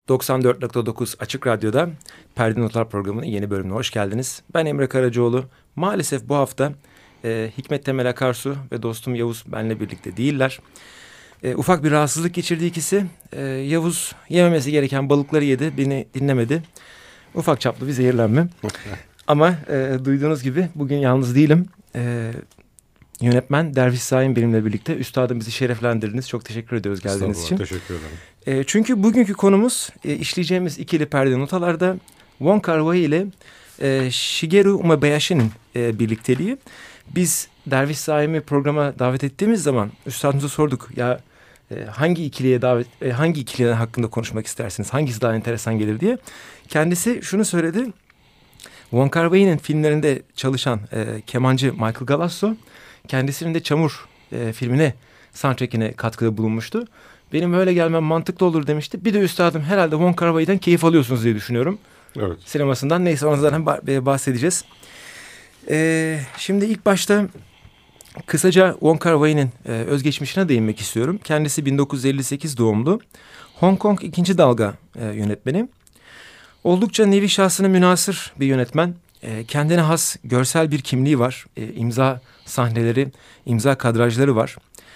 94.9 Açık Radyo'da Perde Notlar programının yeni bölümüne hoş geldiniz. Ben Emre Karacaoğlu. Maalesef bu hafta Hikmet Temel Akarsu ve dostum Yavuz benimle birlikte değiller. Ufak bir rahatsızlık geçirdi ikisi. Yavuz yememesi gereken balıkları yedi, beni dinlemedi. Ufak çaplı bir zehirlenme. Ama duyduğunuz gibi bugün yalnız değilim. Yönetmen Derviş Zaim benimle birlikte. Üstadım bizi şereflendirdiniz. Çok teşekkür ediyoruz geldiğiniz için. Teşekkür ederim. Çünkü bugünkü konumuz işleyeceğimiz ikili perde notalarda Wong Kar-wai ile Shigeru Umebayashi'nin birlikteliği. Biz Derviş Zaim'i programa davet ettiğimiz zaman üstadımıza sorduk. Ya hangi ikiliye hakkında konuşmak istersiniz? Hangisi daha enteresan gelir diye. Kendisi şunu söyledi. Wong Kar-wai'nin filmlerinde çalışan kemancı Michael Galasso kendisinin de Çamur filmine soundtrack'ine katkıda bulunmuştu. Benim öyle gelmem mantıklı olur demişti. Bir de üstadım herhalde Wong Kar-wai'den keyif alıyorsunuz diye düşünüyorum. Evet. Sinemasından. Neyse ondan bahsedeceğiz. Şimdi ilk başta kısaca Wong Kar-wai'nin özgeçmişine değinmek istiyorum. Kendisi 1958 doğumlu. Hong Kong 2. dalga yönetmeni. Oldukça nevi şahsına münhasır bir yönetmen. Kendine has görsel bir kimliği var. İmza sahneleri, imza kadrajları var.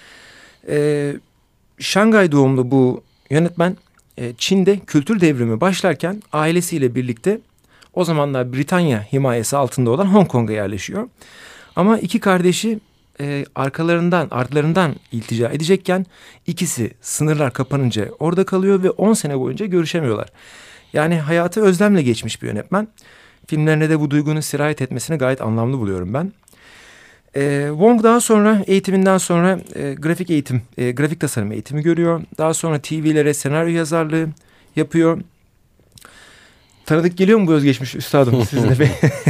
Şangay doğumlu bu yönetmen Çin'de kültür devrimi başlarken ailesiyle birlikte o zamanlar Britanya himayesi altında olan Hong Kong'a yerleşiyor. Ama iki kardeşi ardlarından iltica edecekken ikisi sınırlar kapanınca orada kalıyor ve 10 sene boyunca görüşemiyorlar. Yani hayatı özlemle geçmiş bir yönetmen. Filmlerine de bu duygunun sirayet etmesini gayet anlamlı buluyorum ben. Wong daha sonra eğitiminden sonra grafik tasarım eğitimi görüyor. Daha sonra TV'lere senaryo yazarlığı yapıyor. Tanıdık geliyor mu bu özgeçmiş üstadım sizle?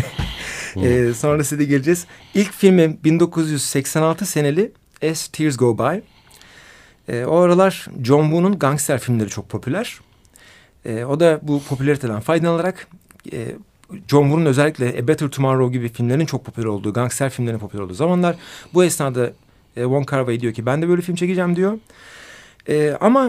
Sonra size de geleceğiz. İlk filmi 1986 seneli As Tears Go By. O aralar John Woo'nun gangster filmleri çok popüler. O da bu popülariteden faydalanarak John Woo'nun özellikle A Better Tomorrow gibi filmlerin çok popüler olduğu, gangster filmlerin popüler olduğu zamanlar. Bu esnada Wong Kar-wai diyor ki ben de böyle film çekeceğim diyor. Ama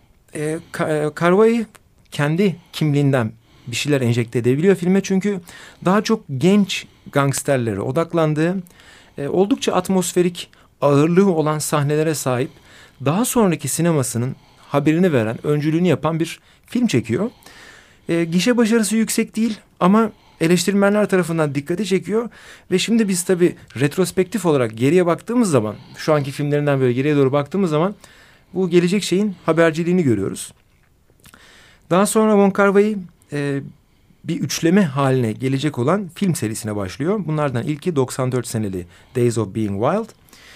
Kar-wai kendi kimliğinden bir şeyler enjekte edebiliyor filme. Çünkü daha çok genç gangsterlere odaklandığı, oldukça atmosferik, ağırlığı olan sahnelere sahip, daha sonraki sinemasının haberini veren, öncülüğünü yapan bir film çekiyor. Gişe başarısı yüksek değil ama eleştirmenler tarafından dikkati çekiyor. Ve şimdi biz tabii retrospektif olarak geriye baktığımız zaman, şu anki filmlerinden böyle geriye doğru baktığımız zaman bu gelecek şeyin haberciliğini görüyoruz. Daha sonra Wong Kar-wai bir üçleme haline gelecek olan film serisine başlıyor. Bunlardan ilki 94 seneli Days of Being Wild.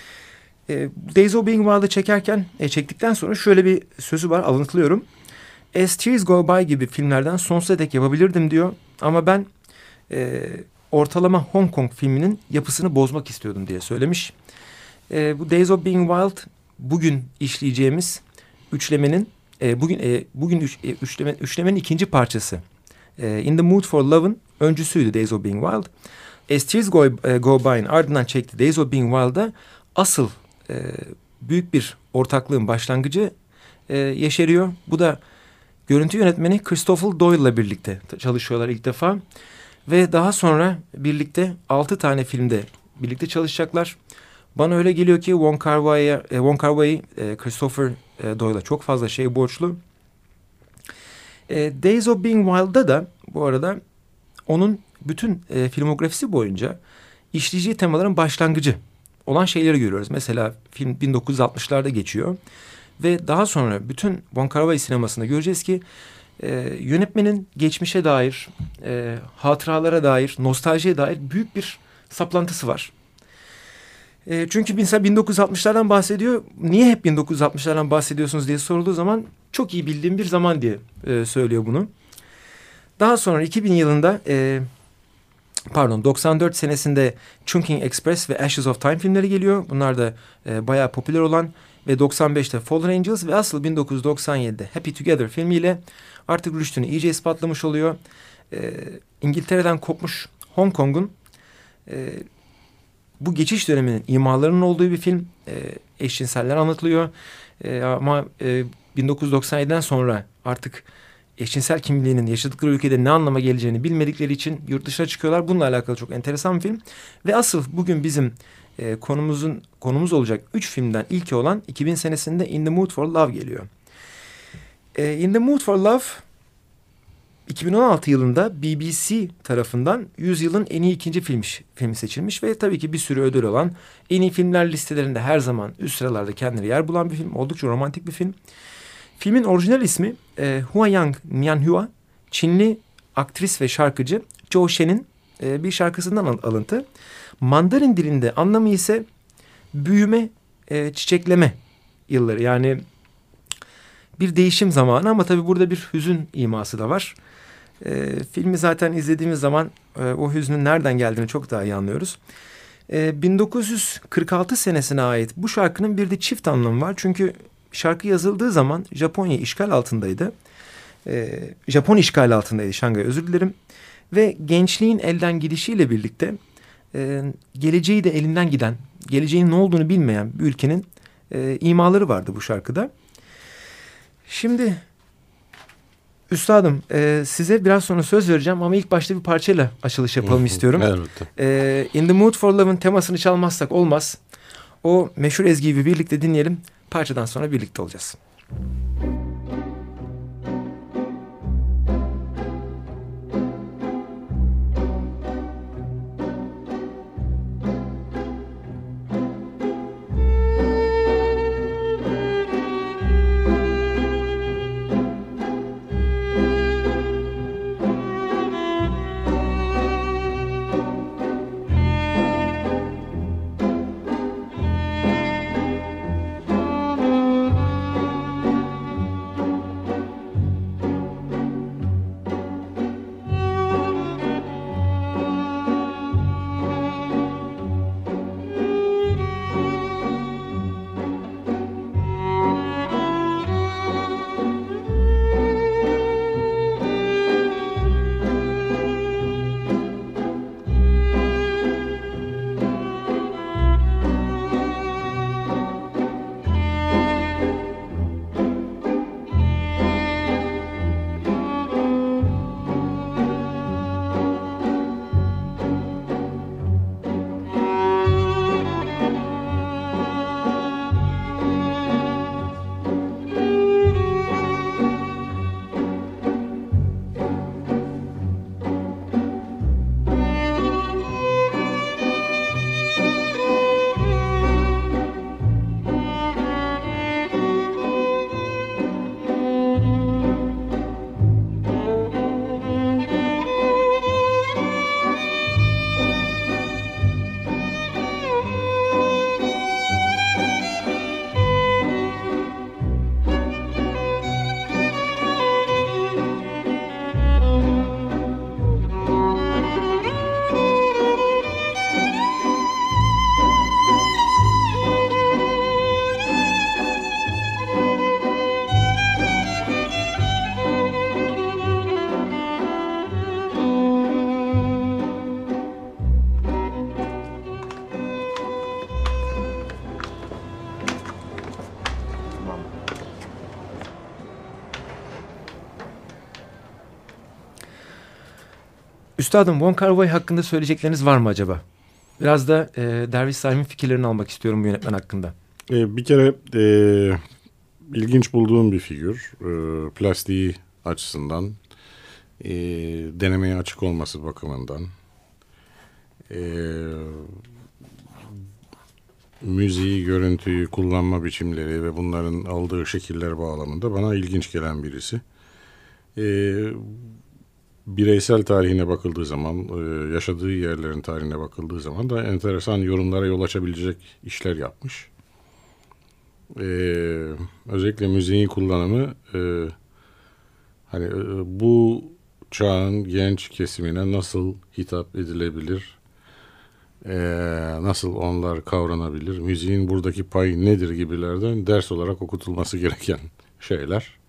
Days of Being Wild'ı çektikten sonra şöyle bir sözü var, alıntılıyorum. As Tears Go By gibi filmlerden sonsuza dek yapabilirdim diyor. Ama ben ortalama Hong Kong filminin yapısını bozmak istiyordum diye söylemiş. Bu Days of Being Wild bugün işleyeceğimiz üçlemenin üçlemenin ikinci parçası. In the Mood for Love'ın öncüsüydü Days of Being Wild. As Tears Go By'ın ardından çekti Days of Being Wild'da asıl büyük bir ortaklığın başlangıcı yeşeriyor. Bu da görüntü yönetmeni Christopher Doyle'la birlikte çalışıyorlar ilk defa. Ve daha sonra birlikte 6 tane filmde birlikte çalışacaklar. Bana öyle geliyor ki Wong Kar-wai Christopher Doyle'a çok fazla şey borçlu. Days of Being Wild'da da bu arada onun bütün filmografisi boyunca işleyeceği temaların başlangıcı olan şeyleri görüyoruz. Mesela film 1960'larda geçiyor. Ve daha sonra bütün Wong Kar-wai sinemasında göreceğiz ki yönetmenin geçmişe dair, hatıralara dair, nostaljiye dair büyük bir saplantısı var. Çünkü mesela 1960'lardan bahsediyor. Niye hep 1960'lardan bahsediyorsunuz diye sorulduğu zaman çok iyi bildiğim bir zaman diye söylüyor bunu. Daha sonra 2000 yılında 94 senesinde Chungking Express ve Ashes of Time filmleri geliyor. Bunlar da bayağı popüler olan ve 95'te Fallen Angels ve asıl 1997'de Happy Together filmiyle artık rüştünü iyice ispatlamış oluyor. İngiltere'den kopmuş Hong Kong'un bu geçiş döneminin imalarının olduğu bir film. Eşcinseller anlatılıyor. Ama 1997'den sonra artık eşcinsel kimliğinin yaşadıkları ülkede ne anlama geleceğini bilmedikleri için yurt dışına çıkıyorlar. Bununla alakalı çok enteresan bir film. Ve asıl bugün bizim konumuz olacak 3 filmden ilki olan 2000 senesinde In the Mood for Love geliyor. In the Mood for Love 2016 yılında BBC tarafından 100 yılın en iyi ikinci filmi seçilmiş ve tabii ki bir sürü ödül alan, en iyi filmler listelerinde her zaman üst sıralarda kendine yer bulan bir film. Oldukça romantik bir film. Filmin orijinal ismi Huayang Mianhua, Çinli aktris ve şarkıcı Zhou Shen'in bir şarkısından alıntı. Mandarin dilinde anlamı ise büyüme, çiçekleme yılları. Yani bir değişim zamanı ama tabii burada bir hüzün iması da var. Filmi zaten izlediğimiz zaman o hüznün nereden geldiğini çok daha iyi anlıyoruz. 1946 senesine ait bu şarkının bir de çift anlamı var. Çünkü şarkı yazıldığı zaman Japonya işgal altındaydı. Japon işgali altındaydı Şangay, özür dilerim. Ve gençliğin elden gidişiyle birlikte geleceği de elinden giden, geleceğin ne olduğunu bilmeyen bir ülkenin imaları vardı bu şarkıda. Şimdi üstadım size biraz sonra söz vereceğim ama ilk başta bir parçayla açılış yapalım istiyorum. In the Mood for Love'ın temasını çalmazsak olmaz. O meşhur ezgiyi birlikte dinleyelim. Parçadan sonra birlikte olacağız. Üstadım, Wong Kar-wai hakkında söyleyecekleriniz var mı acaba? Biraz da Derviş Salim'in fikirlerini almak istiyorum bu yönetmen hakkında. Bir kere ilginç bulduğum bir figür. Plastiği açısından, denemeye açık olması bakımından, müziği, görüntüyü kullanma biçimleri ve bunların aldığı şekiller bağlamında bana ilginç gelen birisi. Bireysel tarihine bakıldığı zaman, yaşadığı yerlerin tarihine bakıldığı zaman da enteresan yorumlara yol açabilecek işler yapmış. Özellikle müziğin kullanımı hani bu çağın genç kesimine nasıl hitap edilebilir, nasıl onlar kavranabilir, müziğin buradaki payı nedir gibilerden ders olarak okutulması gereken şeyler.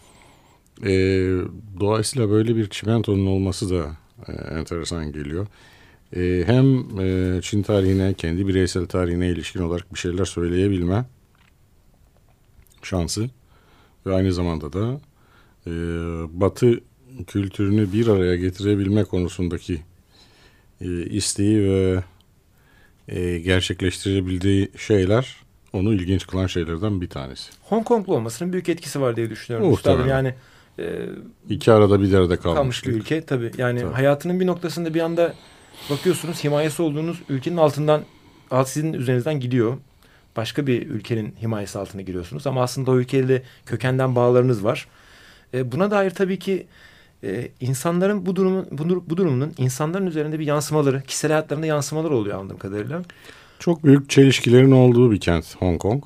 Dolayısıyla böyle bir çimentonun olması da enteresan geliyor. Hem Çin tarihine, kendi bireysel tarihine ilişkin olarak bir şeyler söyleyebilme şansı ve aynı zamanda da Batı kültürünü bir araya getirebilme konusundaki isteği ve gerçekleştirebildiği şeyler onu ilginç kılan şeylerden bir tanesi. Hong Konglu olmasının büyük etkisi var diye düşünüyorum. Muhtemelen. Üstadım yani İki arada bir derede kalmış bir ülke tabii. Yani hayatının bir noktasında bir anda bakıyorsunuz himayesi olduğunuz ülkenin altından, sizin üzerinizden gidiyor. Başka bir ülkenin himayesi altına giriyorsunuz. Ama aslında o ülkeyle kökenden bağlarınız var. Buna dair tabii ki insanların bu durumunun insanların üzerinde bir yansımaları, kişisel hayatlarında yansımaları oluyor anladığım kadarıyla. Çok büyük çelişkilerin olduğu bir kent Hong Kong.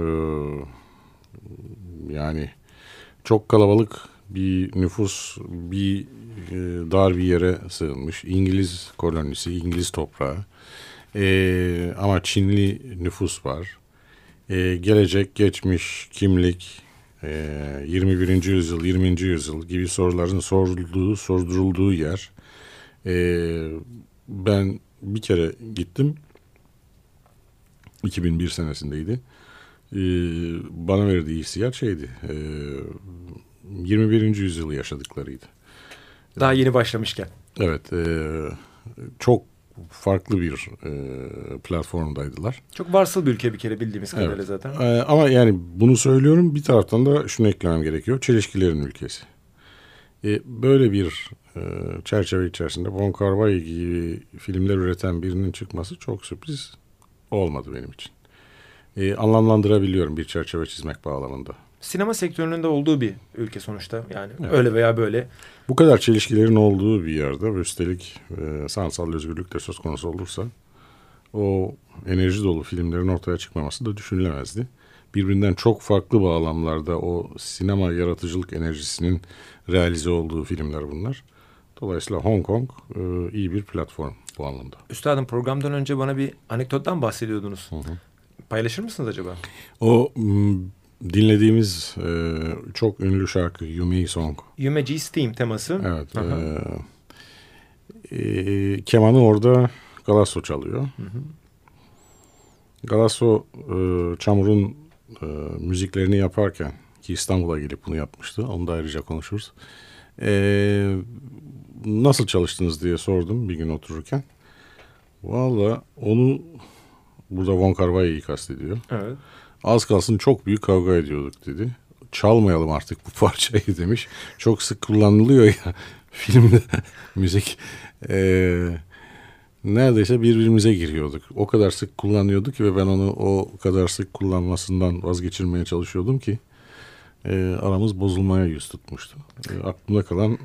Yani çok kalabalık bir nüfus, bir dar bir yere sığınmış. İngiliz kolonisi, İngiliz toprağı. Ama Çinli nüfus var. Gelecek, geçmiş, kimlik, 21. yüzyıl, 20. yüzyıl gibi soruların sordurulduğu yer. Ben bir kere gittim. 2001 senesindeydi. Bana verdiği hissiyat şeydi. 21. yüzyılı yaşadıklarıydı. Daha yeni başlamışken. Evet. Çok farklı bir platformdaydılar. Çok varsıl bir ülke bir kere bildiğimiz kadarıyla zaten. Ama yani bunu söylüyorum, bir taraftan da şunu eklemem gerekiyor. Çelişkilerin ülkesi. Böyle bir çerçeve içerisinde Wong Kar-wai gibi filmler üreten birinin çıkması çok sürpriz olmadı benim için. Anlamlandırabiliyorum bir çerçeve çizmek bağlamında. Sinema sektörünün de olduğu bir ülke sonuçta. Yani öyle veya böyle. Bu kadar çelişkilerin olduğu bir yerde ve üstelik sanatsal özgürlük de söz konusu olursa o enerji dolu filmlerin ortaya çıkmaması da düşünülemezdi. Birbirinden çok farklı bağlamlarda o sinema yaratıcılık enerjisinin realize olduğu filmler bunlar. Dolayısıyla Hong Kong iyi bir platform bu anlamda. Üstadım programdan önce bana bir anekdottan bahsediyordunuz. Hı hı. Paylaşır mısınız acaba? O dinlediğimiz çok ünlü şarkı Yume Song. Yumeji's Theme teması. Evet. Kemanı orada Galasso çalıyor. Hı hı. Galasso Çamur'un müziklerini yaparken, ki İstanbul'a gelip bunu yapmıştı. Onu da ayrıca konuşuruz. Nasıl çalıştınız diye sordum bir gün otururken. Valla onu, burada Wong Kar-wai'yi kastediyor. Evet. Az kalsın çok büyük kavga ediyorduk dedi. Çalmayalım artık bu parçayı demiş. Çok sık kullanılıyor ya filmde müzik. Neredeyse birbirimize giriyorduk. O kadar sık kullanıyordu ki ve ben onu o kadar sık kullanmasından vazgeçirmeye çalışıyordum ki aramız bozulmaya yüz tutmuştu. Aklımda kalan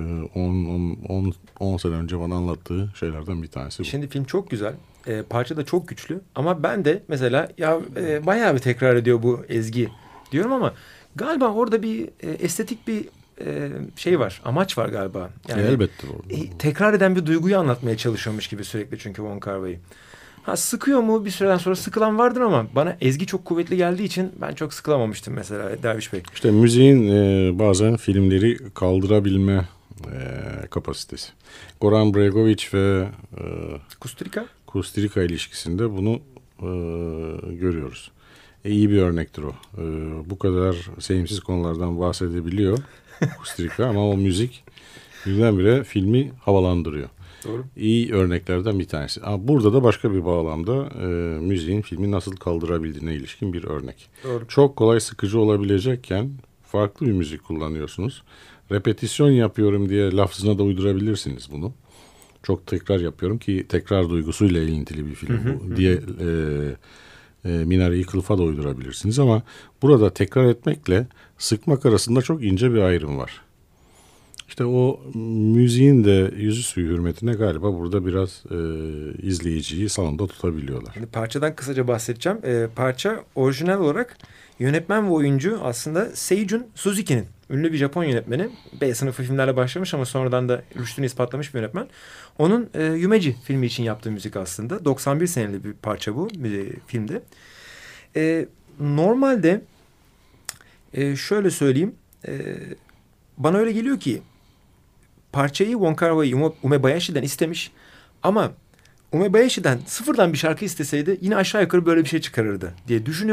10 sene önce bana anlattığı şeylerden bir tanesi bu. Şimdi film çok güzel. Parça da çok güçlü. Ama ben de mesela bayağı bir tekrar ediyor bu ezgi diyorum ama galiba orada bir estetik bir şey var. Amaç var galiba. Yani elbette. Tekrar eden bir duyguyu anlatmaya çalışıyormuş gibi sürekli çünkü Wong Kar-wai. Sıkıyor mu? Bir süreden sonra sıkılan vardır ama bana ezgi çok kuvvetli geldiği için ben çok sıkılamamıştım mesela Derviş Bey. İşte müziğin bazen filmleri kaldırabilme kapasitesi. Goran Bregovic ve Kusturica ilişkisinde bunu görüyoruz. İyi bir örnektir o. Bu kadar sevimsiz konulardan bahsedebiliyor Kusturica ama o müzik birdenbire filmi havalandırıyor. Doğru. İyi örneklerden bir tanesi. Ama burada da başka bir bağlamda müziğin filmi nasıl kaldırabildiğine ilişkin bir örnek. Doğru. Çok kolay sıkıcı olabilecekken farklı bir müzik kullanıyorsunuz. Repetisyon yapıyorum diye lafzına da uydurabilirsiniz bunu. Çok tekrar yapıyorum ki tekrar duygusuyla ilintili bir film bu diye minareyi kılıfa da uydurabilirsiniz ama burada tekrar etmekle sıkmak arasında çok ince bir ayrım var. İşte o müziğin de yüzüstü hürmetine galiba burada biraz izleyiciyi salonda tutabiliyorlar. Şimdi parçadan kısaca bahsedeceğim. Parça orijinal olarak yönetmen ve oyuncu aslında Seijun Suzuki'nin, ünlü bir Japon yönetmeni. B sınıfı filmlerle başlamış ama sonradan da rüştünü ispatlamış bir yönetmen. Onun Yumeji filmi için yaptığı müzik aslında. 91 seneli bir parça bu filmde. Normalde şöyle söyleyeyim. Bana öyle geliyor ki parçayı Wong Kar-wai Umebayashi'den istemiş ama Umebayashi'den sıfırdan bir şarkı isteseydi yine aşağı yukarı böyle bir şey çıkarırdı diye düşünüyorum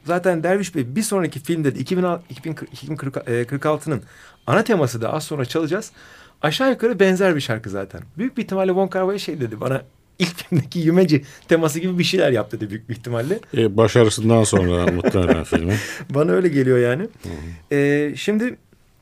Zaten Derviş Bey bir sonraki filmde de 2046'nın ana teması da az sonra çalacağız. Aşağı yukarı benzer bir şarkı zaten. Büyük bir ihtimalle Wong Kar-wai şey dedi bana, ilk filmdeki Yümeci teması gibi bir şeyler yap dedi büyük bir ihtimalle. Başarısından sonra muhtemelen filmi. Bana öyle geliyor yani. Şimdi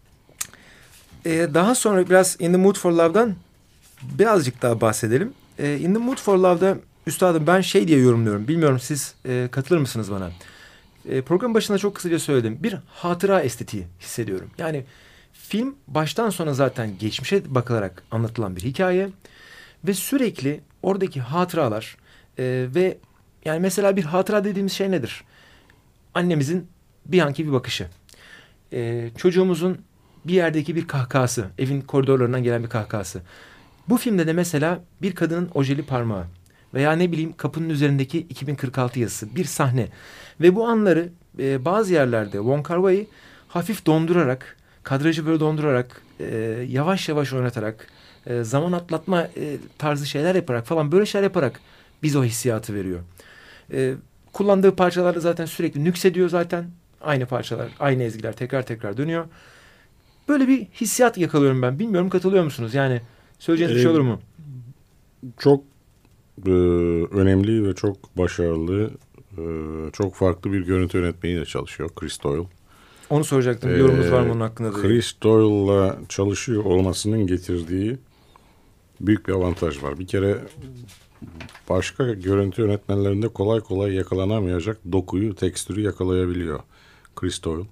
daha sonra biraz In the Mood for Love'dan birazcık daha bahsedelim. In the Mood for Love'da üstadım ben şey diye yorumluyorum. Bilmiyorum siz katılır mısınız bana? Program başında çok kısaca söyledim. Bir hatıra estetiği hissediyorum. Yani film baştan sona zaten geçmişe bakılarak anlatılan bir hikaye. Ve sürekli oradaki hatıralar ve yani mesela bir hatıra dediğimiz şey nedir? Annemizin bir anki bir bakışı. Çocuğumuzun bir yerdeki bir kahkahası. Evin koridorlarından gelen bir kahkahası. Bu filmde de mesela bir kadının ojeli parmağı veya ne bileyim kapının üzerindeki 2046 yazısı, bir sahne. Ve bu anları bazı yerlerde Wong Kar-wai hafif dondurarak, kadrajı böyle dondurarak, yavaş yavaş oynatarak, zaman atlatma tarzı şeyler yaparak falan, böyle şeyler yaparak bize o hissiyatı veriyor. Kullandığı parçalarda zaten sürekli nüksediyor zaten. Aynı parçalar, aynı ezgiler tekrar tekrar dönüyor. Böyle bir hissiyat yakalıyorum ben. Bilmiyorum katılıyor musunuz? Yani söyleyeceğiniz bir şey olur mu? Çok önemli ve çok başarılı, çok farklı bir görüntü yönetmeniyle çalışıyor Chris Doyle. Onu soracaktım. Yorumunuz var mı onun hakkında? Chris Doyle'la çalışıyor olmasının getirdiği büyük bir avantaj var. Bir kere başka görüntü yönetmenlerinde kolay kolay yakalanamayacak dokuyu, tekstürü yakalayabiliyor Chris Doyle.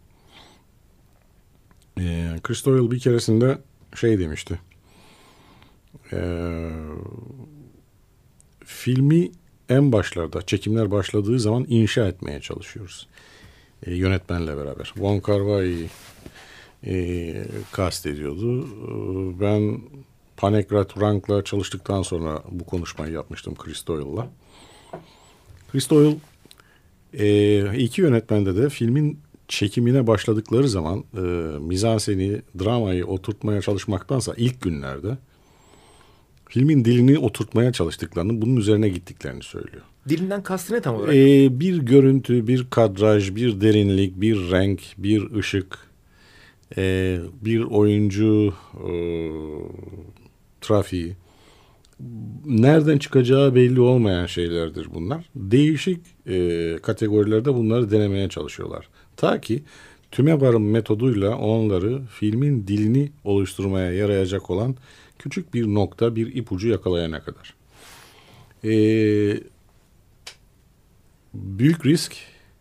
Chris Doyle bir keresinde şey demişti. Filmi en başlarda, çekimler başladığı zaman inşa etmeye çalışıyoruz. Yönetmenle beraber. Wong Kar-wai kastediyordu. Ben Panekrat Rank'la çalıştıktan sonra bu konuşmayı yapmıştım Chris Doyle'la. Chris Doyle iki yönetmende de filmin çekimine başladıkları zaman mizanseni, dramayı oturtmaya çalışmaktansa ilk günlerde filmin dilini oturtmaya çalıştıklarını, bunun üzerine gittiklerini söylüyor. Dilinden kastı ne tam olarak? Bir görüntü, bir kadraj, bir derinlik, bir renk, bir ışık, bir oyuncu trafiği. Nereden çıkacağı belli olmayan şeylerdir bunlar. Değişik kategorilerde bunları denemeye çalışıyorlar. Ta ki tümevarım metoduyla onları filmin dilini oluşturmaya yarayacak olan küçük bir nokta, bir ipucu yakalayana kadar. Büyük risk,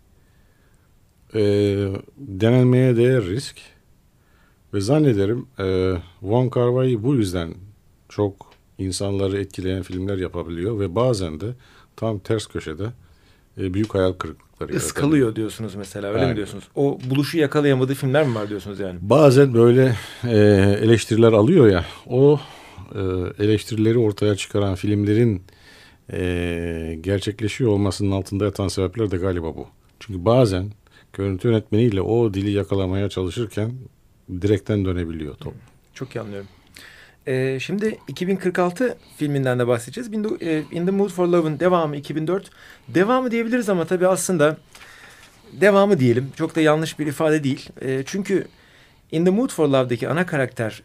denenmeye değer risk ve zannederim Wong Kar-wai bu yüzden çok insanları etkileyen filmler yapabiliyor ve bazen de tam ters köşede büyük hayal kırıklıkları Iskalıyor diyorsunuz mesela, öyle mi diyorsunuz? O buluşu yakalayamadığı filmler mi var diyorsunuz yani? Bazen böyle eleştiriler alıyor ya, o eleştirileri ortaya çıkaran filmlerin gerçekleşiyor olmasının altında yatan sebepler de galiba bu. Çünkü bazen görüntü yönetmeniyle o dili yakalamaya çalışırken direkten dönebiliyor top. Çok iyi anlıyorum. Şimdi 2046 filminden de bahsedeceğiz. In the Mood for Love'ın devamı 2004. Devamı diyebiliriz ama tabii aslında devamı diyelim. Çok da yanlış bir ifade değil. Çünkü In the Mood for Love'daki ana karakter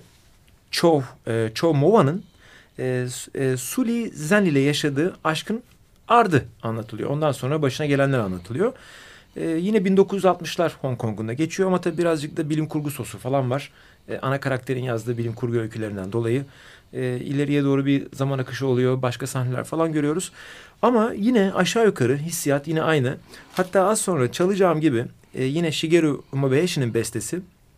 Cho Mova'nın Sully Zen ile yaşadığı aşkın ardı anlatılıyor. Ondan sonra başına gelenler anlatılıyor. Yine 1960'lar Hong Kong'unda geçiyor ama tabii birazcık da bilim kurgu sosu falan var. Ana karakterin yazdığı bilim kurgu öykülerinden dolayı ileriye doğru bir zaman akışı oluyor. Başka sahneler falan görüyoruz. Ama yine aşağı yukarı hissiyat yine aynı. Hatta az sonra çalacağım gibi yine Shigeru Umebayashi'nin bestesi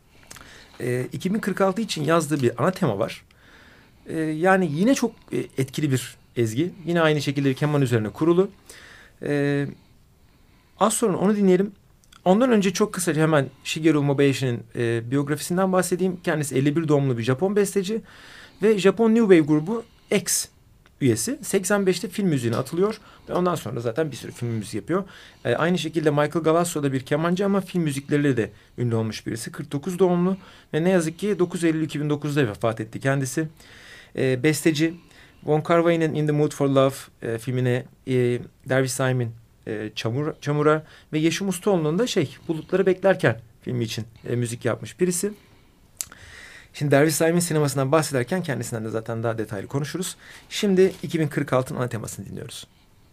2046 için yazdığı bir ana tema var. Yani yine çok etkili bir ezgi. Yine aynı şekilde bir keman üzerine kurulu. Az sonra onu dinleyelim. Ondan önce çok kısaca hemen Shigeru Umebayashi'nin biyografisinden bahsedeyim. Kendisi 51 doğumlu bir Japon besteci ve Japon New Wave grubu X üyesi. 85'te film müziğine atılıyor ve ondan sonra zaten bir sürü film müziği yapıyor. Aynı şekilde Michael Galasso da bir kemancı ama film müzikleriyle de ünlü olmuş birisi. 49 doğumlu ve ne yazık ki 9 Eylül 2009'da vefat etti kendisi. Besteci Wong Kar-wai'nin In the Mood for Love filmine Derviş Zaim'in Çamura ve Yeşim Ustaoğlu'nun da Bulutları Beklerken filmi için müzik yapmış birisi. Şimdi Derviş Saim'in sinemasından bahsederken kendisinden de zaten daha detaylı konuşuruz. Şimdi 2046'ın ana temasını dinliyoruz.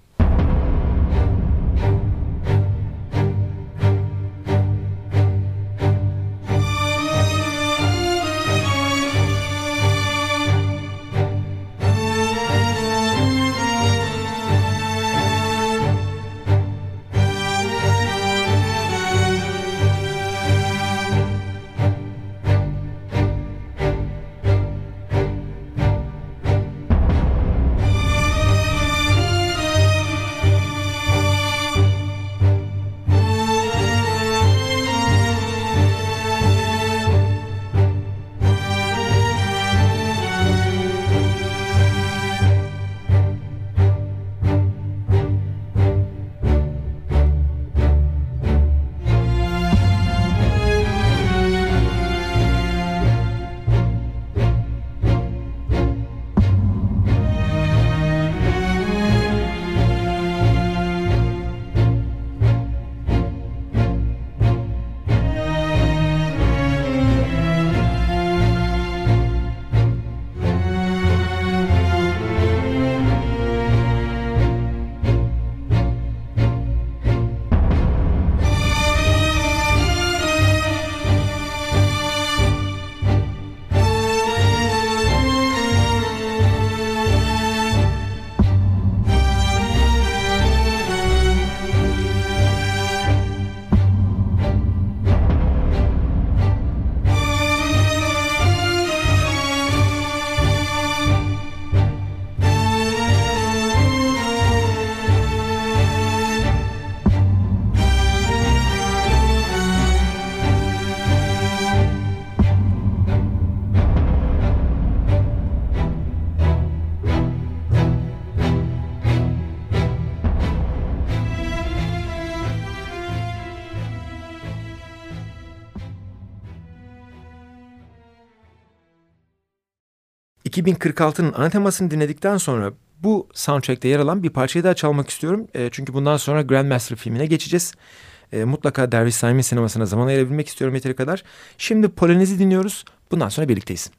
2046'nın ana temasını dinledikten sonra bu soundtrack'te yer alan bir parçayı daha çalmak istiyorum. Çünkü bundan sonra Grandmaster filmine geçeceğiz. Mutlaka Derviş Saim'in sinemasına zaman ayırabilmek istiyorum yeteri kadar. Şimdi Polonez'i dinliyoruz. Bundan sonra birlikteyiz.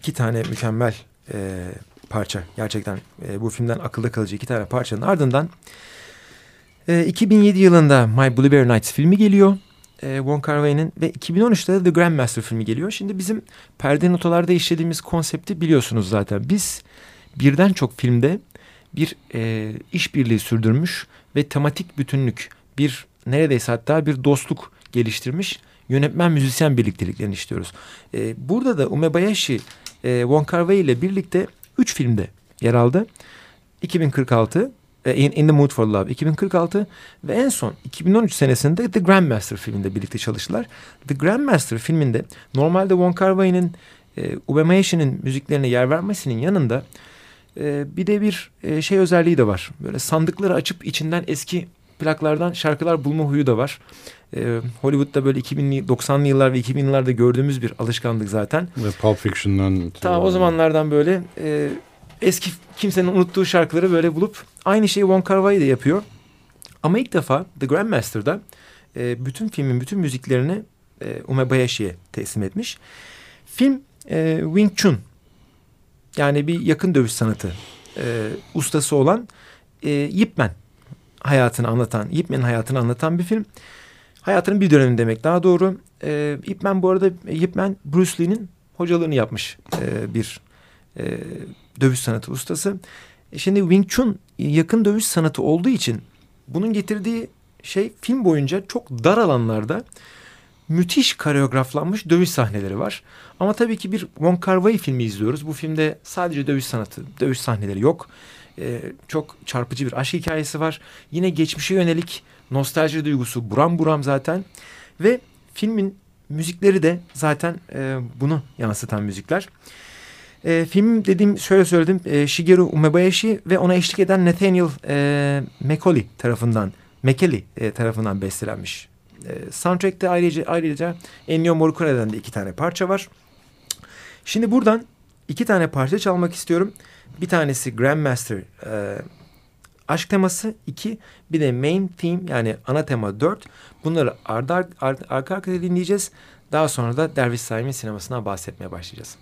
iki tane mükemmel parça. Gerçekten bu filmden akılda kalıcı iki tane parçanın ardından 2007 yılında My Blueberry Nights filmi geliyor. Wong Kar-wai'nin ve 2013'te de The Grandmaster filmi geliyor. Şimdi bizim perde notalarda işlediğimiz konsepti biliyorsunuz zaten. Biz birden çok filmde bir işbirliği sürdürmüş ve tematik bütünlük, bir neredeyse hatta bir dostluk geliştirmiş yönetmen müzisyen birlikteliklerini işliyoruz. Burada da Umebayashi Wong Kar-wai ile birlikte 3 filmde yer aldı. 2046, In the Mood for Love 2046 ve en son 2013 senesinde The Grandmaster filminde birlikte çalıştılar. The Grandmaster filminde normalde Wong Kar-wai'nin Umebayashi'nin müziklerine yer vermesinin yanında bir de bir şey özelliği de var. Böyle sandıkları açıp içinden eski plaklardan şarkılar bulma huyu da var. Hollywood'da böyle 2000'li 90'lı yıllar ve 2000'li yıllarda gördüğümüz bir alışkanlık zaten. Ve Pulp Fiction'dan Ta o zamanlardan böyle eski kimsenin unuttuğu şarkıları böyle bulup aynı şeyi Wong Kar-wai de yapıyor. Ama ilk defa The Grandmaster'da bütün filmin bütün müziklerini Umebayashi'ye teslim etmiş. Film Wing Chun, yani bir yakın dövüş sanatı ustası olan Yip Man hayatını anlatan, Yip Man'in hayatını anlatan bir film. Hayatının bir dönemi demek daha doğru. Yip Man bu arada Bruce Lee'nin hocalığını yapmış bir dövüş sanatı ustası. Şimdi Wing Chun yakın dövüş sanatı olduğu için bunun getirdiği şey film boyunca çok dar alanlarda müthiş koreograflanmış dövüş sahneleri var. Ama tabii ki bir Wong Kar-wai filmi izliyoruz. Bu filmde sadece dövüş sanatı, dövüş sahneleri yok. Çok çarpıcı bir aşk hikayesi var. Yine geçmişe yönelik nostalji duygusu buram buram zaten. Ve filmin müzikleri de zaten bunu yansıtan müzikler. Film dediğim şöyle söyledim. Shigeru Umebayashi ve ona eşlik eden Nathaniel McKelly tarafından bestelenmiş. Soundtrack'te ayrıca Ennio Morricone'den de 2 tane parça var. Şimdi buradan 2 tane parça çalmak istiyorum. Bir tanesi Grandmaster aşk teması 2, bir de main theme yani ana tema 4. Bunları arka arkaya dinleyeceğiz. Daha sonra da Derviş Saim'in sinemasından bahsetmeye başlayacağız.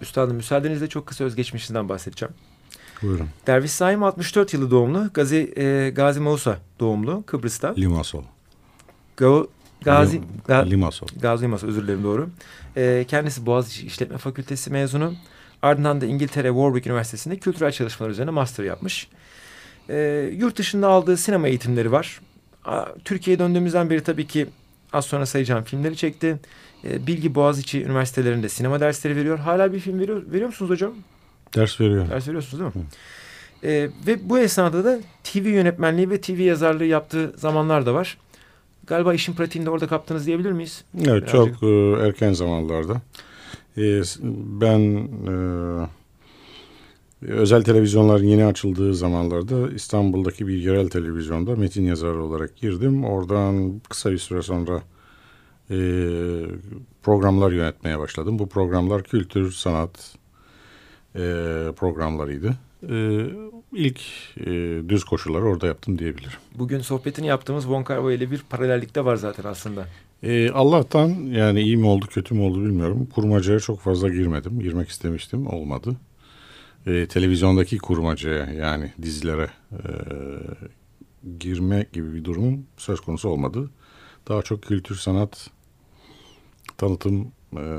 Üstadım müsaadenizle çok kısa özgeçmişinden bahsedeceğim. Buyurun. Derviş Saim 64 yılı doğumlu. Gazi Mausa doğumlu Kıbrıs'ta. Limassol. Gazi Limassol. Gazi Mausa, özür dilerim, doğru. Kendisi Boğaziçi İşletme Fakültesi mezunu. Ardından da İngiltere Warwick Üniversitesi'nde kültürel çalışmalar üzerine master yapmış. Yurt dışında aldığı sinema eğitimleri var. Türkiye'ye döndüğümüzden beri tabii ki az sonra sayacağım filmleri çekti. Bilgi Boğaziçi Üniversitelerinde sinema dersleri veriyor. Hala bir film veriyor musunuz hocam? Ders veriyorum. Ders veriyorsunuz değil mi? Ve bu esnada da TV yönetmenliği ve TV yazarlığı yaptığı zamanlar da var. Galiba işin pratiğinde orada kaptınız diyebilir miyiz? Evet, Birazcık. çok erken zamanlarda. Ben özel televizyonların yeni açıldığı zamanlarda İstanbul'daki bir yerel televizyonda metin yazarı olarak girdim. Oradan kısa bir süre sonra programlar yönetmeye başladım. Bu programlar kültür, sanat programlarıydı. İlk düz koşulları orada yaptım diyebilirim. Bugün sohbetini yaptığımız Wong Kar-wai ile bir paralellik de var zaten aslında. Allah'tan, yani iyi mi oldu kötü mü oldu bilmiyorum. Kurmacaya çok fazla girmedim. Girmek istemiştim, olmadı. Televizyondaki kurmacaya, yani dizilere girme gibi bir durumum söz konusu olmadı. Daha çok kültür, sanat, tanıtım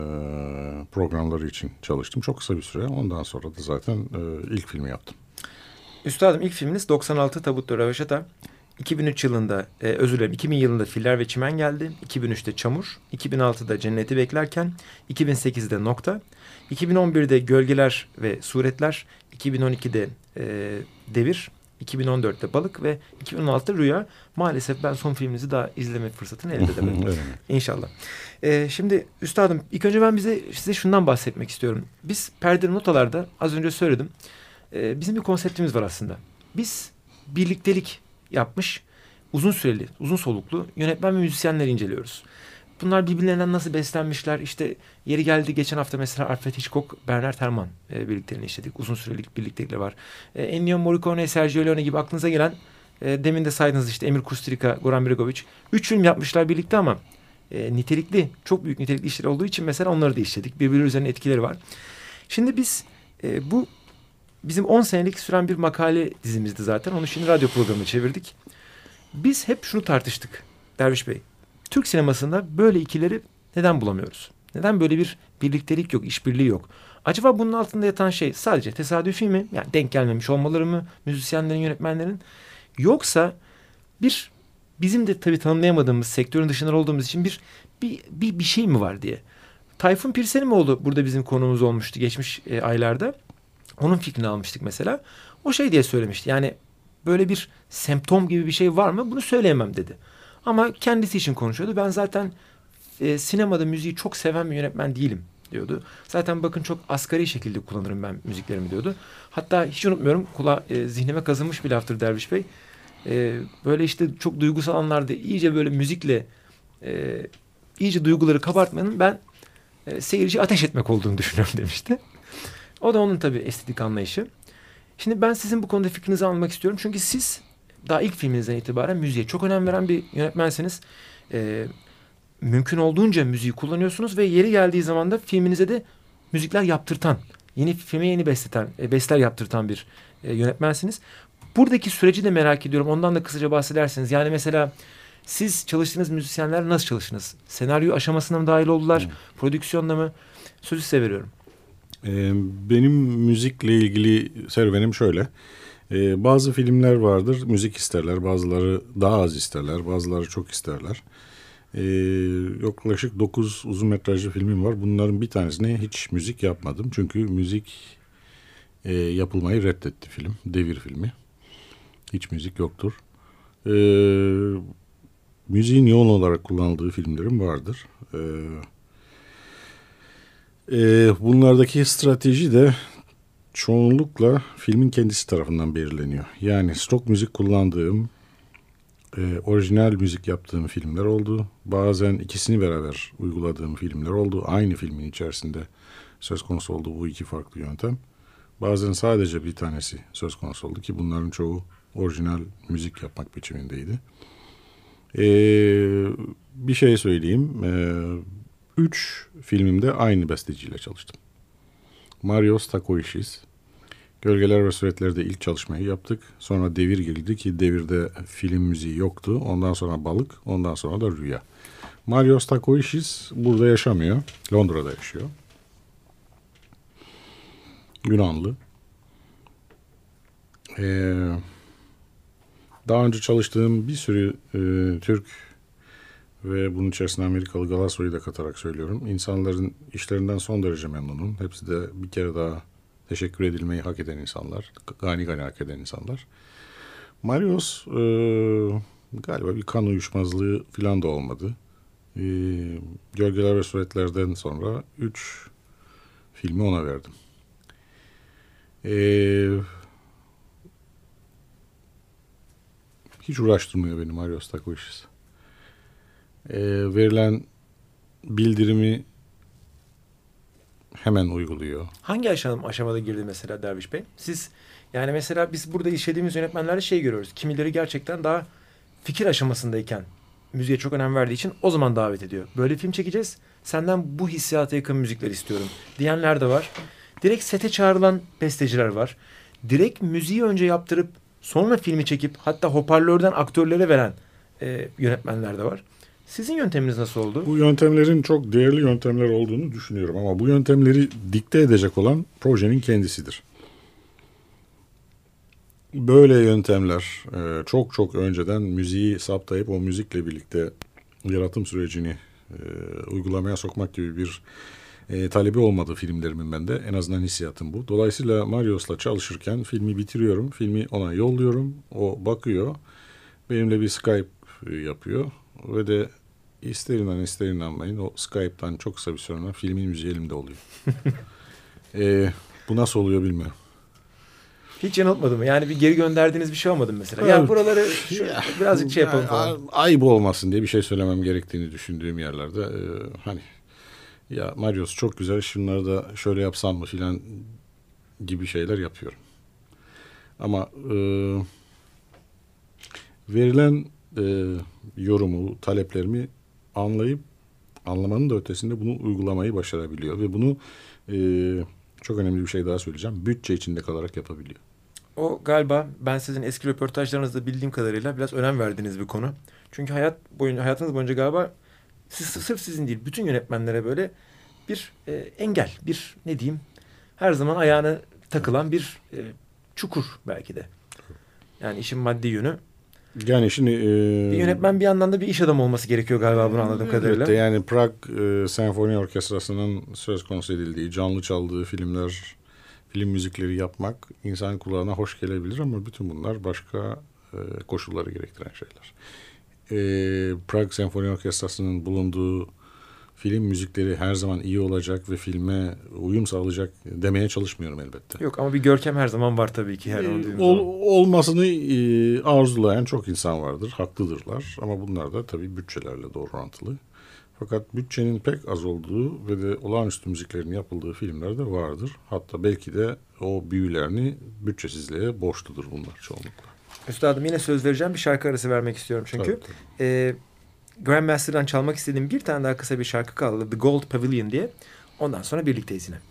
programları için çalıştım. Çok kısa bir süre. Ondan sonra da zaten ilk filmi yaptım. Üstadım ilk filminiz 96 Tabut de Röveşata. 2003 yılında, 2000 yılında Filler ve Çimen geldi. 2003'te Çamur. 2006'da Cenneti Beklerken. 2008'de Nokta. 2011'de Gölgeler ve Suretler. 2012'de Devir. 2014'te Balık ve 2016'da Rüya. Maalesef ben son filminizi daha izleme fırsatını elde edemedim. İnşallah. Şimdi üstadım ilk önce ben size şundan bahsetmek istiyorum. Biz Perdeli Notalar'da az önce söyledim. Bizim bir konseptimiz var aslında. Biz birliktelik yapmış, uzun süreli, uzun soluklu yönetmen ve müzisyenleri inceliyoruz. Bunlar birbirlerinden nasıl beslenmişler? İşte yeri geldi geçen hafta mesela Alfred Hitchcock, Bernard Herrmann birlikteliğini işledik. Uzun süreli birliktelikleri var. Ennio Morricone, Sergio Leone gibi aklınıza gelen demin de saydınız işte Emir Kusturica, Goran Bregović. 3 film yapmışlar birlikte ama nitelikli, çok büyük nitelikli işler olduğu için mesela onları da işledik. Birbirleri üzerine etkileri var. Şimdi biz bu bizim 10 senelik süren bir makale dizimizdi zaten. Onu şimdi radyo programına çevirdik. Biz hep şunu tartıştık Derviş Bey. Türk sinemasında böyle ikileri neden bulamıyoruz? Neden böyle bir birliktelik yok, işbirliği yok? Acaba bunun altında yatan şey sadece tesadüfi mi? Yani denk gelmemiş olmaları mı? Müzisyenlerin, yönetmenlerin? Yoksa bizim de tabii tanımlayamadığımız sektörün dışında olduğumuz için bir şey mi var diye. Tayfun Pirselimoğlu burada bizim konuğumuz olmuştu geçmiş aylarda. Onun fikrini almıştık mesela. O şey diye söylemişti. Yani böyle bir semptom gibi bir şey var mı? Bunu söyleyemem dedi. Ama kendisi için konuşuyordu. Ben zaten sinemada müziği çok seven bir yönetmen değilim diyordu. Zaten bakın çok asgari şekilde kullanırım ben müziklerimi diyordu. Hatta hiç unutmuyorum, zihnime kazınmış bir laftır Derviş Bey. Böyle işte çok duygusal anlarda iyice böyle müzikle iyice duyguları kabartmanın ben seyirciye ateş etmek olduğunu düşünüyorum demişti. O da onun tabii estetik anlayışı. Şimdi ben sizin bu konuda fikrinizi almak istiyorum. Çünkü siz daha ilk filminizden itibaren müziğe çok önem veren bir yönetmensiniz. Mümkün olduğunca müziği kullanıyorsunuz ve yeri geldiği zaman da filminize de müzikler yaptırtan, filme yeni besteler yaptırtan bir yönetmensiniz. Buradaki süreci de merak ediyorum. Ondan da kısaca bahsedersiniz. Yani mesela siz çalıştığınız müzisyenler nasıl çalıştınız? Senaryo aşamasına mı dahil oldular? Prodüksiyonla mı? Sözü size veriyorum. Benim müzikle ilgili serüvenim şöyle. Bazı filmler vardır, müzik isterler, bazıları daha az isterler, bazıları çok isterler. Yaklaşık 9 uzun metrajlı filmim var. Bunların bir tanesine hiç müzik yapmadım. Çünkü müzik yapılmayı reddetti film. Devir filmi. Hiç müzik yoktur. Müziğin yoğun olarak kullanıldığı filmlerim vardır. Bunlardaki strateji de çoğunlukla filmin kendisi tarafından belirleniyor. Yani stok müzik kullandığım, orijinal müzik yaptığım filmler oldu. Bazen ikisini beraber uyguladığım filmler oldu. Aynı filmin içerisinde söz konusu oldu bu iki farklı yöntem. Bazen sadece bir tanesi söz konusu oldu ki bunların çoğu orijinal müzik yapmak biçimindeydi. Bir şey söyleyeyim. 3 filmimde aynı besteciyle çalıştım. Marios Takoishis. Gölgeler ve Suretler'de ilk çalışmayı yaptık. Sonra Devir girdi ki Devir'de film müziği yoktu. Ondan sonra Balık, ondan sonra da Rüya. Marios Takoishis burada yaşamıyor. Londra'da yaşıyor. Yunanlı. Daha önce çalıştığım bir sürü Türk ve bunun içerisinde Amerikalı Galasoy'u da katarak söylüyorum. İnsanların işlerinden son derece memnunum. Hepsi de bir kere daha teşekkür edilmeyi hak eden insanlar. Gani gani hak eden insanlar. Marios galiba bir kan uyuşmazlığı falan da olmadı. Gölgeler ve Suretler'den sonra 3 filmi ona verdim. Hiç uğraştırmıyor beni Marios Takoishis. Verilen bildirimi hemen uyguluyor. Hangi aşamada girdi mesela Derviş Bey? Siz yani mesela biz burada işlediğimiz yönetmenlerde şey görüyoruz. Kimileri gerçekten daha fikir aşamasındayken müziğe çok önem verdiği için o zaman davet ediyor. Böyle film çekeceğiz. Senden bu hissiyata yakın müzikler istiyorum diyenler de var. Direkt sete çağrılan besteciler var. Direkt müziği önce yaptırıp sonra filmi çekip hatta hoparlörden aktörlere veren yönetmenler de var. Sizin yönteminiz nasıl oldu? Bu yöntemlerin çok değerli yöntemler olduğunu düşünüyorum ama bu yöntemleri dikte edecek olan projenin kendisidir. Böyle yöntemler çok çok önceden müziği saptayıp o müzikle birlikte yaratım sürecini uygulamaya sokmak gibi bir talebi olmadı filmlerimin bende. En azından hissiyatım bu. Dolayısıyla Marios'la çalışırken filmi bitiriyorum. Filmi ona yolluyorum. O bakıyor. Benimle bir Skype yapıyor. Ve de ister inanın ister inanmayın o Skype'tan çok kısa bir süre sonra filmin müziği elimde oluyor. Bu nasıl oluyor bilmiyorum. Hiç yanıltmadı mı? Yani bir geri gönderdiğiniz bir şey olmadı mı mesela? Ya buraları birazcık şey yapalım falan. Ayıp olmasın diye bir şey söylemem gerektiğini düşündüğüm yerlerde hani ya Marios çok güzel şunları da şöyle yapsam mı filan gibi şeyler yapıyorum. Ama verilen yorumu, taleplerimi anlayıp anlamanın da ötesinde bunu uygulamayı başarabiliyor ve bunu çok önemli bir şey daha söyleyeceğim. Bütçe içinde kalarak yapabiliyor. O galiba ben sizin eski röportajlarınızda bildiğim kadarıyla biraz önem verdiğiniz bir konu. Çünkü hayatınız boyunca galiba sırf sizin değil bütün yönetmenlere böyle bir engel, bir ne diyeyim her zaman ayağına takılan bir çukur belki de. Yani işin maddi yönü. Yani şimdi bir yönetmen bir yandan da bir iş adamı olması gerekiyor galiba bunu anladığım kadarıyla. Evet, yani Prag Senfoni Orkestrası'nın söz konusu edildiği, canlı çaldığı filmler, film müzikleri yapmak insan kulağına hoş gelebilir ama bütün bunlar başka koşulları gerektiren şeyler. Prag Senfoni Orkestrası'nın bulunduğu film müzikleri her zaman iyi olacak ve filme uyum sağlayacak demeye çalışmıyorum elbette. Yok ama bir görkem her zaman var tabii ki. Olmasını arzulayan çok insan vardır, haklıdırlar. Ama bunlar da tabii bütçelerle doğru orantılı. Fakat bütçenin pek az olduğu ve de olağanüstü müziklerin yapıldığı filmler de vardır. Hatta belki de o büyülerini bütçesizliğe borçludur bunlar çoğunlukla. Üstadım yine söz vereceğim bir şarkı arası vermek istiyorum çünkü. Grandmaster'dan çalmak istediğim bir tane daha kısa bir şarkı kaldı. The Gold Pavilion diye. Ondan sonra birlikteyiz yine.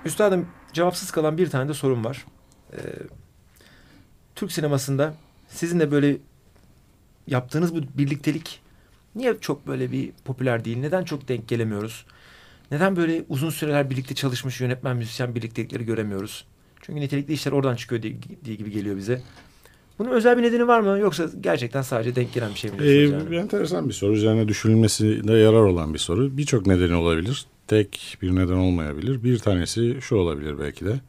Üstadım, cevapsız kalan bir tane de sorum var. Ee, Türk sinemasında sizinle böyle yaptığınız bu birliktelik niye çok böyle bir popüler değil? Neden çok denk gelemiyoruz? Neden böyle uzun süreler birlikte çalışmış yönetmen, müzisyen birliktelikleri göremiyoruz? Çünkü nitelikli işler oradan çıkıyor diye gibi geliyor bize. Bunun özel bir nedeni var mı? Yoksa gerçekten sadece denk gelen bir şey mi diyorsunuz yani? Enteresan bir soru. Üzerine düşünülmesine yarar olan bir soru. Birçok nedeni olabilir. Tek bir neden olmayabilir. Bir tanesi şu olabilir belki de.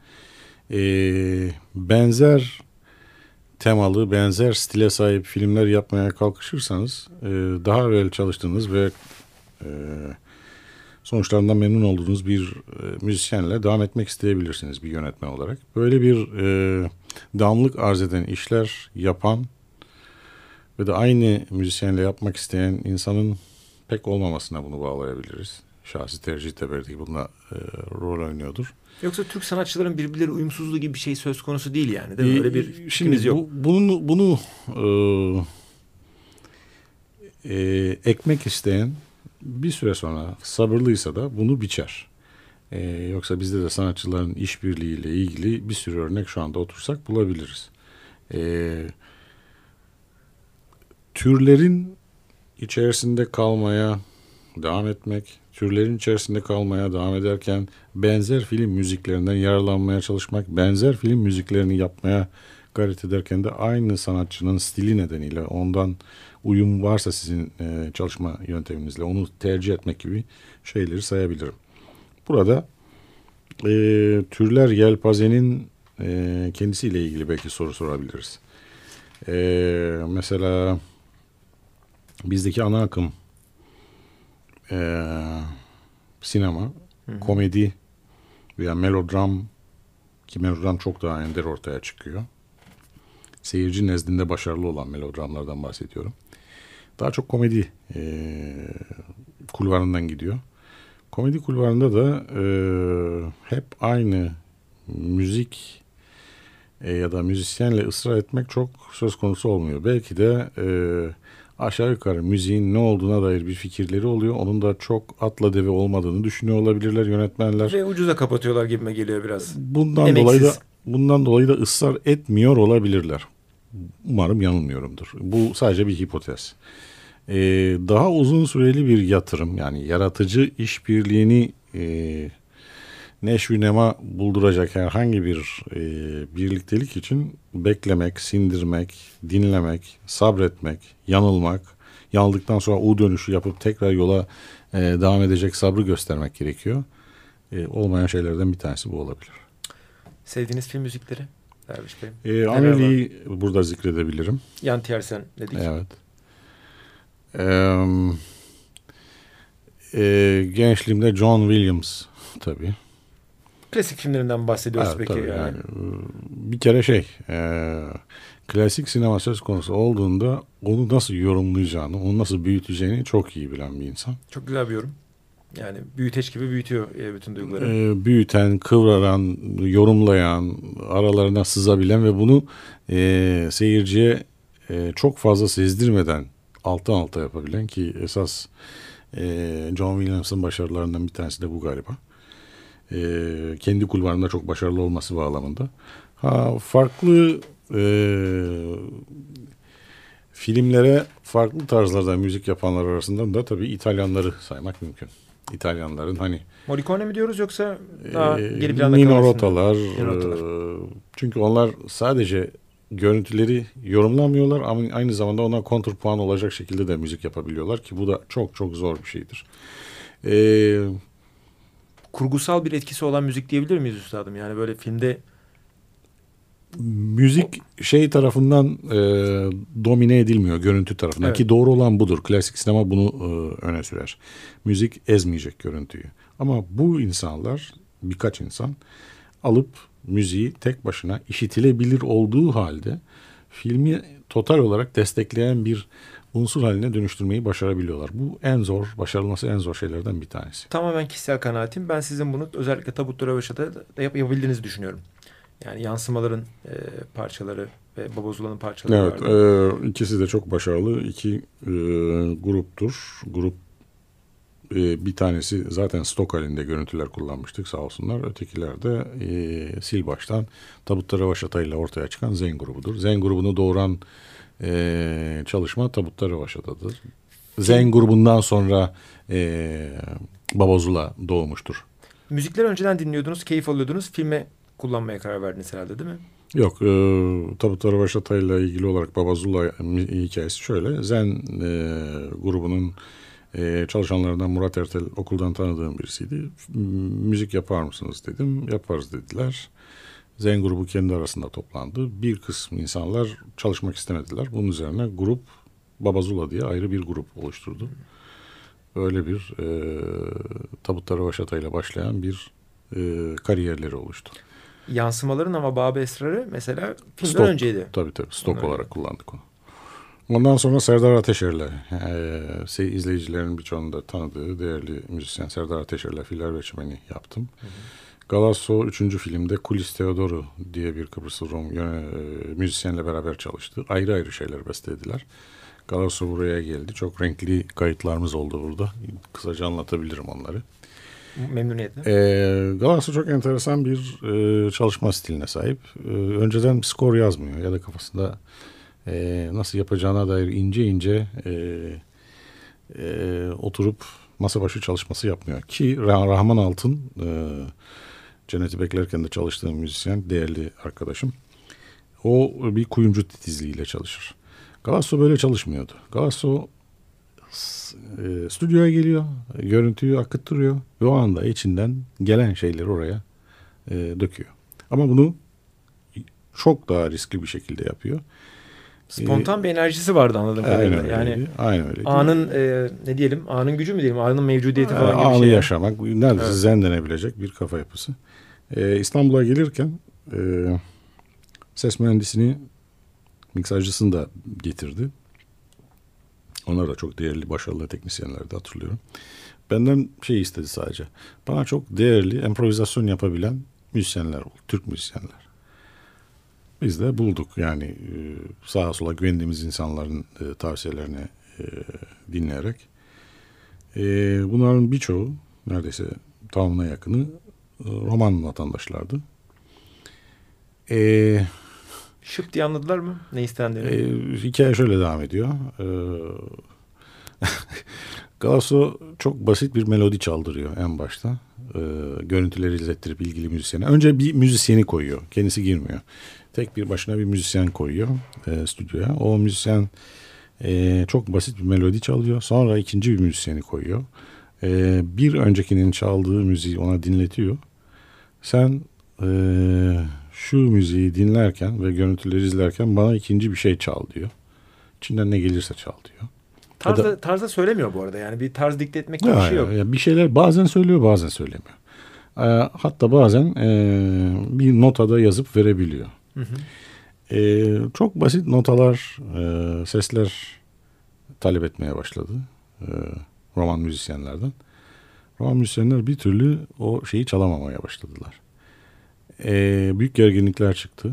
Benzer temalı, benzer stile sahip filmler yapmaya kalkışırsanız daha evvel çalıştığınız ve e, sonuçlarından memnun olduğunuz bir müzisyenle devam etmek isteyebilirsiniz bir yönetmen olarak. Böyle bir devamlılık arz eden işler yapan ve de aynı müzisyenle yapmak isteyen insanın pek olmamasına bunu bağlayabiliriz. Şahsi tercih de belki bunda rol oynuyordur. Yoksa Türk sanatçıların birbirleri uyumsuzluğu gibi bir şey söz konusu değil yani, değil mi? Öyle bir fikriniz Şimdi yok. bunu ekmek isteyen bir süre sonra sabırlıysa da bunu biçer. Yoksa bizde de sanatçıların işbirliğiyle ilgili bir sürü örnek şu anda otursak bulabiliriz. Türlerin içerisinde kalmaya devam etmek, türlerin içerisinde kalmaya devam ederken benzer film müziklerinden yararlanmaya çalışmak, benzer film müziklerini yapmaya gayret ederken de aynı sanatçının stili nedeniyle ondan uyum varsa sizin çalışma yönteminizle onu tercih etmek gibi şeyleri sayabilirim. Burada türler yelpazenin kendisiyle ilgili belki soru sorabiliriz. Mesela bizdeki ana akım sinema, komedi veya melodram, ki melodram çok daha ender ortaya çıkıyor. Seyirci nezdinde başarılı olan melodramlardan bahsediyorum. Daha çok komedi kulvarından gidiyor. Komedi kulvarında da hep aynı müzik ya da müzisyenle ısrar etmek çok söz konusu olmuyor. Belki de aşağı yukarı müziğin ne olduğuna dair bir fikirleri oluyor. Onun da çok atla deve olmadığını düşünüyor olabilirler yönetmenler. Ve ucuza kapatıyorlar gibime geliyor biraz. Bundan dolayı da ısrar etmiyor olabilirler. Umarım yanılmıyorumdur. Bu sadece bir hipotez. Daha uzun süreli bir yatırım, yani yaratıcı işbirliğini neşvi nema bulduracak herhangi bir birliktelik için beklemek, sindirmek, dinlemek, sabretmek, yanılmak, yanıldıktan sonra U dönüşü yapıp tekrar yola devam edecek sabrı göstermek gerekiyor. Olmayan şeylerden bir tanesi bu olabilir. Sevdiğiniz film müzikleri Derviş Bey? Amelie'yi burada zikredebilirim. Jan Tiersen dedik. Evet. Gençliğimde John Williams tabii. Klasik filmlerinden bahsediyoruz Evet, peki. tabii yani. Bir kere klasik sinema söz konusu olduğunda onu nasıl yorumlayacağını, onu nasıl büyüteceğini çok iyi bilen bir insan. Çok güzel bir yorum. Yani büyüteç gibi büyütüyor bütün duyguları. Büyüten, kıvraran, yorumlayan, aralarına sızabilen ve bunu seyirciye çok fazla sezdirmeden alttan alta yapabilen, ki esas John Williams'ın başarılarından bir tanesi de bu galiba. Kendi kulvarında çok başarılı olması bağlamında. Farklı filmlere farklı tarzlarda müzik yapanlar arasında da tabii İtalyanları saymak mümkün. İtalyanların hani Morricone mi diyoruz yoksa daha geri planda Nino kalan Rota'lar, isimler? çünkü onlar sadece görüntüleri yorumlamıyorlar ama aynı zamanda ona kontrpuan olacak şekilde de müzik yapabiliyorlar, ki bu da çok çok zor bir şeydir. Kurgusal bir etkisi olan müzik diyebilir miyiz üstadım? Yani böyle filmde müzik tarafından domine edilmiyor, görüntü tarafından, evet, ki doğru olan budur. Klasik sinema bunu öne sürer. Müzik ezmeyecek görüntüyü. Ama bu insanlar, birkaç insan alıp müziği tek başına işitilebilir olduğu halde filmi total olarak destekleyen bir unsur haline dönüştürmeyi başarabiliyorlar. Bu en zor, başarılması en zor şeylerden bir tanesi. tamamen kişisel kanaatim. Ben sizin bunu özellikle Tabutlu Röveşat'ta da yapabildiğinizi düşünüyorum. Yani yansımaların parçaları ve Babozula'nın parçaları Evet, vardı. ikisi de çok başarılı iki gruptur. Grup Bir tanesi zaten stok halinde görüntüler kullanmıştık sağ olsunlar. Ötekiler de sil baştan Tabutta Revaş Atay'la ortaya çıkan Zen grubudur. Zen grubunu doğuran çalışma Tabutta Revaş Ata'dır. Zen grubundan sonra Babazula doğmuştur. Müzikleri önceden dinliyordunuz, keyif alıyordunuz. Filme kullanmaya karar verdiniz herhalde, değil mi? Yok, Tabutta Revaş Atay'la ilgili olarak Babazula hikayesi şöyle. Zen grubunun çalışanlarından Murat Ertel okuldan tanıdığım birisiydi. Müzik yapar mısınız dedim. Yaparız dediler. Zen grubu kendi arasında toplandı. Bir kısım insanlar çalışmak istemediler. Bunun üzerine grup Babazula diye ayrı bir grup oluşturdu. Öyle bir Tabutta Revaş Atay'la başlayan bir kariyerleri oluştu. Yansımaların ama Bab-ı Esrar'ı mesela filmden önceydi. Tabii stok olarak kullandık onu. Ondan sonra Serdar Ateşer'le izleyicilerin birçoğunun da tanıdığı değerli müzisyen Serdar Ateşer'le Filar ve Çimeni yaptım. Galasso 3. filmde Kulis Teodoru diye bir Kıbrıslı Rum müzisyenle beraber çalıştı. Ayrı ayrı şeyler bestelediler. Galasso buraya geldi. Çok renkli kayıtlarımız oldu burada. Kısaca anlatabilirim onları. Memnuniyetle. Galasso çok enteresan bir çalışma stiline sahip. Önceden skor yazmıyor ya da kafasında nasıl yapacağına dair ince ince oturup masa başı çalışması yapmıyor. Ki Rahman Altın Cenneti Beklerken de çalıştığım müzisyen, değerli arkadaşım. O bir kuyumcu titizliğiyle çalışır. Galasso böyle çalışmıyordu. Galasso stüdyoya geliyor, görüntüyü akıttırıyor ve o anda içinden gelen şeyleri oraya döküyor. Ama bunu çok daha riskli bir şekilde yapıyor. Spontan bir enerjisi vardı anladığım kadarıyla. Yani aynen öyle. Anın ne diyelim, anın gücü mü diyelim, anın mevcudiyeti falan gibi bir anı şey. yaşamak, neredeyse zen denebilecek bir kafa yapısı. İstanbul'a gelirken ses mühendisini, miksajcısını da getirdi. Onlar da çok değerli, başarılı teknisyenlerdi, hatırlıyorum. Benden şey istedi sadece. Bana çok değerli improvizasyon yapabilen müzisyenler oldu. Türk müzisyenler. Biz de bulduk yani sağa sola güvendiğimiz insanların tavsiyelerini dinleyerek. Bunların birçoğu, neredeyse tamamına yakını Roman vatandaşlardı. Şıp diye anladılar mı? Ne istendiğini? Hikaye şöyle devam ediyor. Galasso çok basit bir melodi çaldırıyor en başta. Görüntüleri izlettirip ilgili müzisyene. Önce bir müzisyeni koyuyor. Kendisi girmiyor. Tek bir başına bir müzisyen koyuyor stüdyoya. O müzisyen çok basit bir melodi çalıyor. Sonra ikinci bir müzisyeni koyuyor. Bir öncekinin çaldığı müziği ona dinletiyor. Sen şu müziği dinlerken ve görüntüleri izlerken bana ikinci bir şey çal diyor. İçinden ne gelirse çal diyor. Tarzda söylemiyor bu arada. Yani bir tarz dikte etmek gibi bir şey yok. Bir şeyler bazen söylüyor, bazen söylemiyor. Hatta bazen bir notada yazıp verebiliyor. Hı hı. Çok basit notalar, sesler talep etmeye başladı. Roman müzisyenlerden. Roman müzisyenler bir türlü o şeyi çalamamaya başladılar. Büyük gerginlikler çıktı.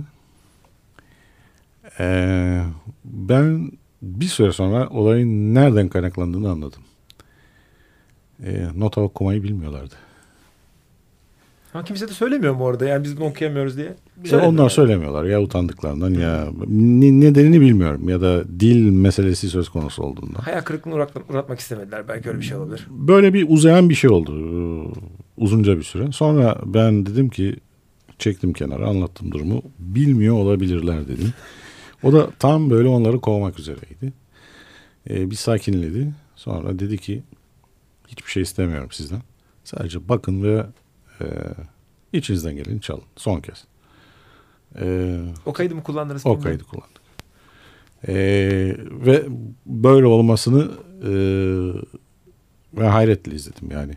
Ben bir süre sonra olayın nereden kaynaklandığını anladım. Nota okumayı bilmiyorlardı. Ha, kimse de söylemiyor bu arada. Yani biz bunu okuyamıyoruz diye. Onlar söylemiyorlar ya utandıklarından ya nedenini bilmiyorum ya da dil meselesi söz konusu olduğunda. Hayal kırıklığına uğratmak istemediler. Belki öyle bir şey olabilir. Böyle bir uzayan bir şey oldu uzunca bir süre. Sonra ben dedim ki çektim kenara, anlattım durumu. Bilmiyor olabilirler dedim. O da tam böyle onları kovmak üzereydi. Bir sakinledi. Sonra dedi ki hiçbir şey istemiyorum sizden. Sadece bakın ve içinizden geleni çalın. Son kez. O kaydı mı kullandınız? O kaydı kullandık. Ve böyle olmasını ben hayretle izledim yani.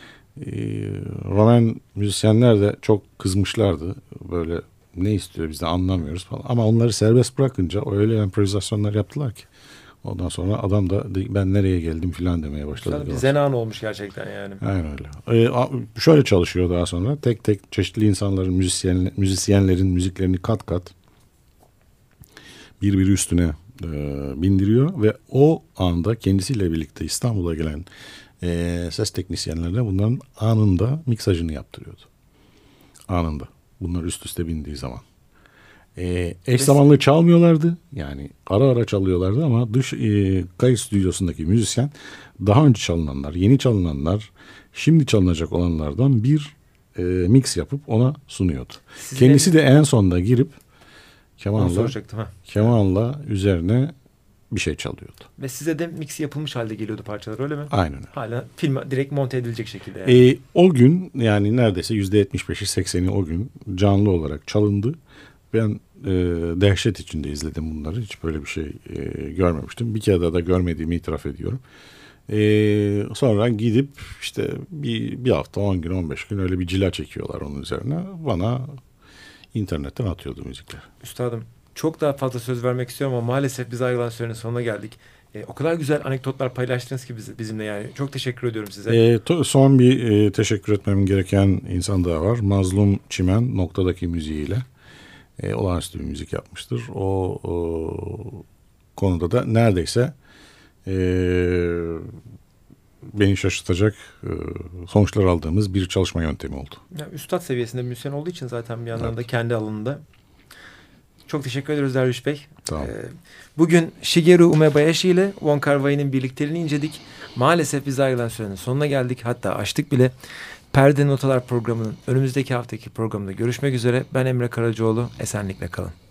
Roman müzisyenler de çok kızmışlardı. Böyle ne istiyor bizden anlamıyoruz falan. Ama onları serbest bırakınca öyle improvizasyonlar yaptılar ki. Ondan sonra adam da ben nereye geldim filan demeye başladı. Bir zen olmuş gerçekten yani. Aynen öyle. Şöyle çalışıyor daha sonra. Tek tek çeşitli insanların, müzisyenlerin müziklerini kat kat birbiri üstüne bindiriyor ve o anda kendisiyle birlikte İstanbul'a gelen ses teknisyenlerine bunların anında miksajını yaptırıyordu. Anında. Bunlar üst üste bindiği zaman. Eş zamanlı çalmıyorlardı. Yani ara ara çalıyorlardı ama dış kayıt stüdyosundaki müzisyen daha önce çalınanlar, yeni çalınanlar, şimdi çalınacak olanlardan bir mix yapıp ona sunuyordu. Kendisi de en sonunda girip kemanla üzerine bir şey çalıyordu. Ve size de mix yapılmış halde geliyordu parçalar, öyle mi? Aynen öyle. Hala filme direkt monte edilecek şekilde yani. O gün yani neredeyse %75'i 80'i o gün canlı olarak çalındı. Ben dehşet içinde izledim bunları. Hiç böyle bir şey görmemiştim. Bir kere da görmediğimi itiraf ediyorum. Sonra gidip işte bir hafta, 10 gün, 15 gün öyle bir cila çekiyorlar onun üzerine. Bana internetten atıyordu müzikler. Üstadım, çok daha fazla söz vermek istiyorum ama maalesef biz ayrılan sürenin sonuna geldik. O kadar güzel anekdotlar paylaştınız ki bizimle yani. Çok teşekkür ediyorum size. Son bir teşekkür etmem gereken insan daha var. Mazlum Çimen noktadaki müziğiyle olağanüstü bir müzik yapmıştır. O konuda da neredeyse beni şaşırtacak sonuçlar aldığımız bir çalışma yöntemi oldu. Ya, üstad seviyesinde müzisyen olduğu için zaten bir yandan da kendi alanında. Çok teşekkür ederiz Derviş Bey. Tamam. Bugün Shigeru Umebayashi ile Wong Kar-wai'nin birlikteliğini inceledik. Maalesef biz ayrılan sürenin sonuna geldik. Hatta açtık bile. Perde Notalar programının önümüzdeki haftaki programında görüşmek üzere. Ben Emre Karacaoğlu. Esenlikle kalın.